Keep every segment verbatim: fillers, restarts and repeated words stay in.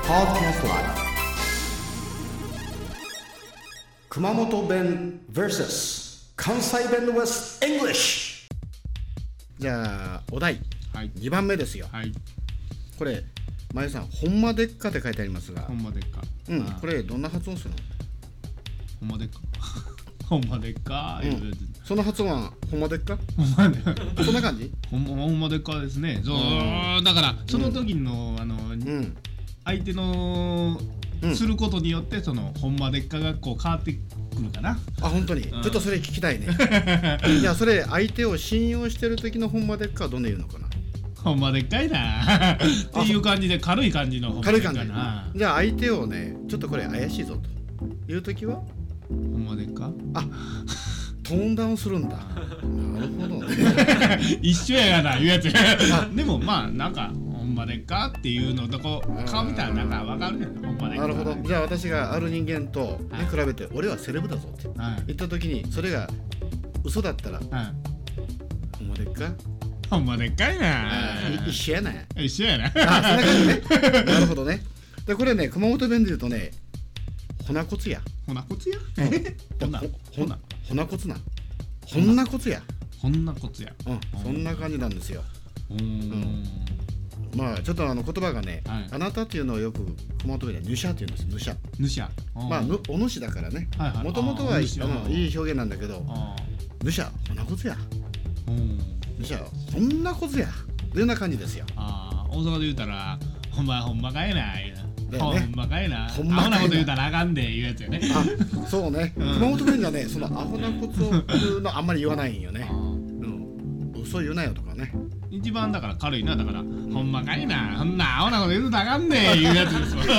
Podcast Live 熊本弁 vs 関西弁 with English。 じゃあお題、はい、にばんめですよ、はい、これまゆさんほんまでっかって書いてありますが、 ほんまでっか、 うん、これどんな発音するの？ ほんまでっかほんまでっか、うん、 その発音はほんまでっかほんまでそんな感じほん、ほんまでっかですね。そう、だからその時の、うん、あの、うん、相手のすることによってそのほんまでっかがこう変わってくるかな。 あ、本当に、うん、ちょっとそれ聞きたいねいや、それ相手を信用してる時のほんまでっかはどんな言うのかな。 ほんまでっかいなっていう感じで、軽い感じのほんまでっかな。軽い感じ。じゃあ相手をね、ちょっとこれ怪しいぞという時はほんまでっか、 あ、トーンダウンするんだなるほどね一緒やがな言うやつでもまあなんかほんまでっかっていうのとこう顔見たらなんか分かるねん、ほんまでっか。 なるほど。じゃあ私がある人間と、ね、はい、比べて俺はセレブだぞって言った時に、それが嘘だったら、はい、ほんまでっかほんまでっかいな。 一緒やな。 一緒やな。 あ、そんな感じね。なるほどね。でこれね、熊本弁で言うとね、ほなこつや。 ほなこつや。 ほなほなほなこつな。ほんなこつや。 ほんなこつや。 うん、そんな感じなんですよ。うん。まあちょっとあの言葉がね、はい、あなたっていうのをよく熊本弁でぬしゃって言うんです。ぬしゃ。 ぬしゃ。 まあぬお主だからね。もともとはいい表現なんだけど、ぬしゃほなこつや。ぬしゃほんなこつや。というような感じですよ。 ああ、大阪で言うたらほんまほんまかいな。ね、ほんまかいな。アホなこと言うたらあかんで言うやつよね。 あ、そうね。うん、熊本弁じゃね、そのアホなことを言うのあんまり言わないんよね。うん、嘘言うなよとかね。 一番だから軽いな、だからほんまかいな、ほんなアホなこと言うたらあかんで言うやつですわ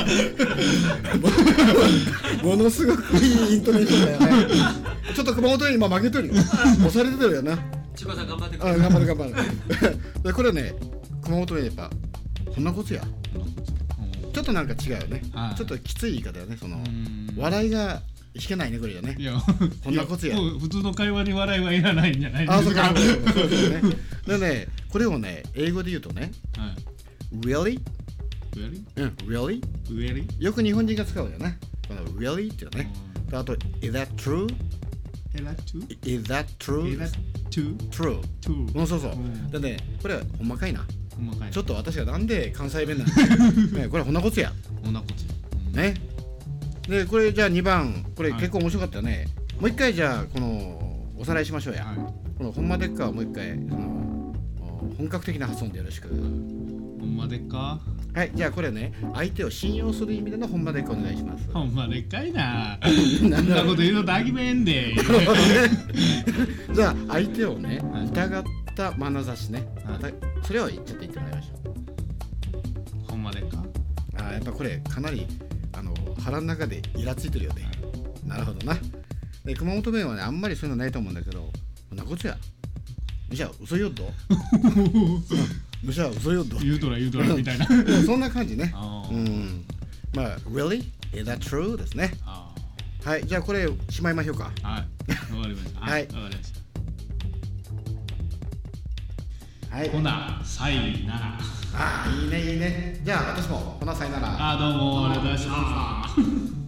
ものすごくいいイントネーションだよね。ちょっと熊本弁今負けてるよ。押されてるよな。 千葉さん頑張ってください。 頑張る頑張るでこれね、熊本弁やっぱこんなことや。ちょっとなんか違うよね。ちょっときつい言い方よね。その笑いが引けないね、これよね。いや、こんなことや。 普通の会話に笑いはいらないんじゃないですか。 あ、そうか。そうですね。でね、これをね、英語で言うとね、はい、really? Really? うん、really? Really? よく日本人が使うよね。この really っていうね。あと is that true? Is that true? Is that true? Is that true? True. True. うん、そうそう。でね、これほんまかいな。ちょっと私がなんで関西弁なんだね、これほんなこつや。 ほんなこつや。ね。でこれじゃあにばん、これ結構面白かったよね。はい、もう一回じゃあこのおさらいしましょうや。はい、このほんまでっかをもう一回その本格的な発音でよろしく。ほんまでっか。 はい、じゃあこれね、相手を信用する意味でのほんまでっかお願いします。 ほんまでっかいな。そんなこと言うのとあきめんで。 じゃあ相手をね、疑った眼差しね。はい、それをちょっと言ってもらいましょう。ほんまでっか。 あ、やっぱこれかなりあの腹の中でイラついてるよね。なるほどな。で熊本弁はね、あんまりそういうのないと思うんだけど、こんなことや。じゃあ嘘よっと。じゃあ嘘よっと。 言うとら言うとらみたいな。 そんな感じね。うん。まあ really? Is that true? ですね。はい、じゃあこれしまいましょうか。 はい。わかりました。はい。わかりました。はい。ほなさいなら。 ああ、いいねいいね。じゃあ私もほなさいなら。 あ、どうもありがとうございました。